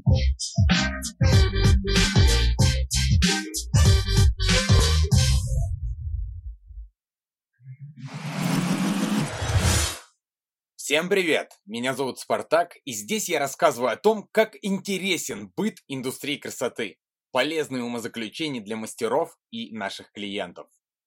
Всем привет! Меня зовут Спартак, и здесь я рассказываю о том, как интересен быт индустрии красоты, полезные умозаключения для мастеров и наших клиентов.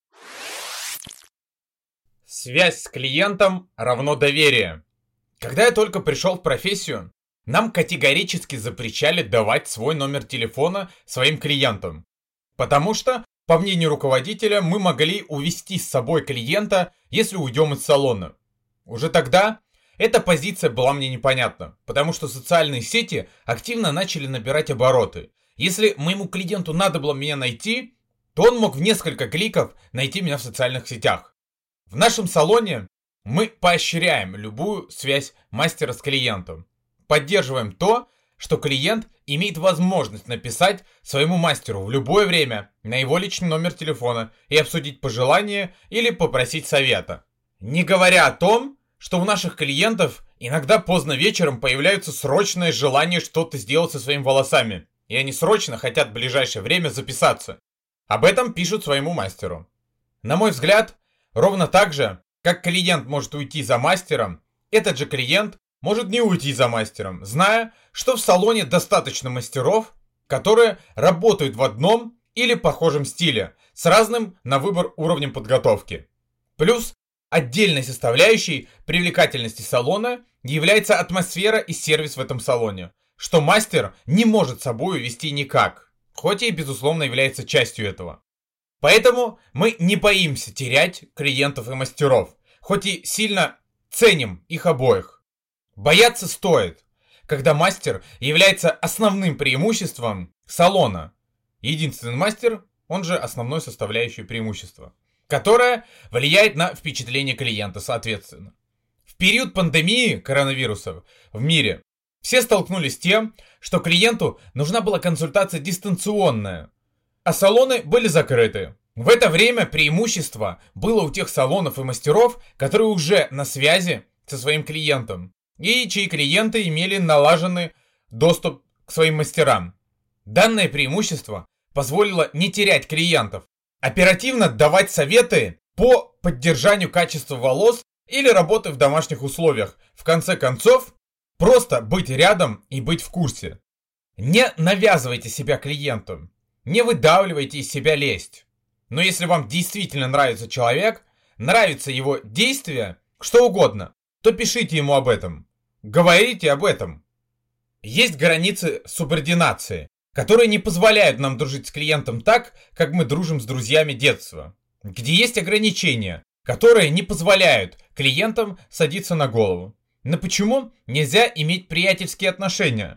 Связь с клиентом равно доверие. Когда я только пришел в профессию, нам категорически запрещали давать свой номер телефона своим клиентам, потому что, по мнению руководителя, мы могли увести с собой клиента, если уйдем из салона. Уже тогда эта позиция была мне непонятна, потому что социальные сети активно начали набирать обороты. Если моему клиенту надо было меня найти, то он мог в несколько кликов найти меня в социальных сетях. В нашем салоне мы поощряем любую связь мастера с клиентом. Поддерживаем то, что клиент имеет возможность написать своему мастеру в любое время на его личный номер телефона и обсудить пожелания или попросить совета. Не говоря о том, что у наших клиентов иногда поздно вечером появляется срочное желание что-то сделать со своими волосами, и они срочно хотят в ближайшее время записаться. Об этом пишут своему мастеру. На мой взгляд, ровно так же, как клиент может уйти за мастером, этот же клиент может не уйти за мастером, зная, что в салоне достаточно мастеров, которые работают в одном или похожем стиле, с разным на выбор уровнем подготовки. Плюс, отдельной составляющей привлекательности салона является атмосфера и сервис в этом салоне, что мастер не может собой увести никак, хоть и безусловно является частью этого. Поэтому мы не боимся терять клиентов и мастеров, хоть и сильно ценим их обоих. Бояться стоит, когда мастер является основным преимуществом салона. Единственный мастер, он же основной составляющей преимущества, которая влияет на впечатление клиента, соответственно. В период пандемии коронавируса в мире все столкнулись с тем, что клиенту нужна была консультация дистанционная, а салоны были закрыты. В это время преимущество было у тех салонов и мастеров, которые уже на связи со своим клиентом, и чьи клиенты имели налаженный доступ к своим мастерам. Данное преимущество позволило не терять клиентов, оперативно давать советы по поддержанию качества волос или работы в домашних условиях. В конце концов, просто быть рядом и быть в курсе. Не навязывайте себя клиенту, не выдавливайте из себя лесть. Но если вам действительно нравится человек, нравится его действие, что угодно, то пишите ему об этом, говорите об этом. Есть границы субординации, которые не позволяют нам дружить с клиентом так, как мы дружим с друзьями детства. Где есть ограничения, которые не позволяют клиентам садиться на голову. Но почему нельзя иметь приятельские отношения?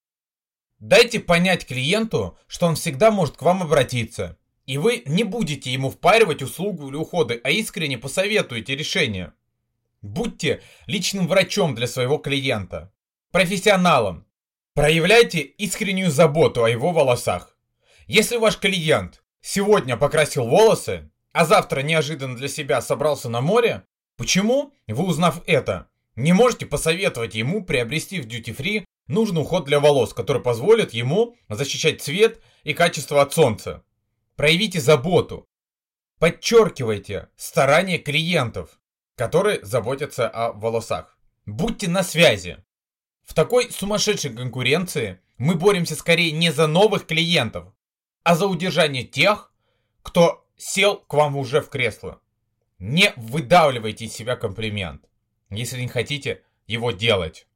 Дайте понять клиенту, что он всегда может к вам обратиться. И вы не будете ему впаривать услугу или уходы, а искренне посоветуете решение. Будьте личным врачом для своего клиента, профессионалом. Проявляйте искреннюю заботу о его волосах. Если ваш клиент сегодня покрасил волосы, а завтра неожиданно для себя собрался на море, почему, вы узнав это, не можете посоветовать ему приобрести в Duty Free нужный уход для волос, который позволит ему защищать цвет и качество от солнца? Проявите заботу. Подчеркивайте старания клиентов, которые заботятся о волосах. Будьте на связи. В такой сумасшедшей конкуренции мы боремся скорее не за новых клиентов, а за удержание тех, кто сел к вам уже в кресло. Не выдавливайте из себя комплимент, если не хотите его делать.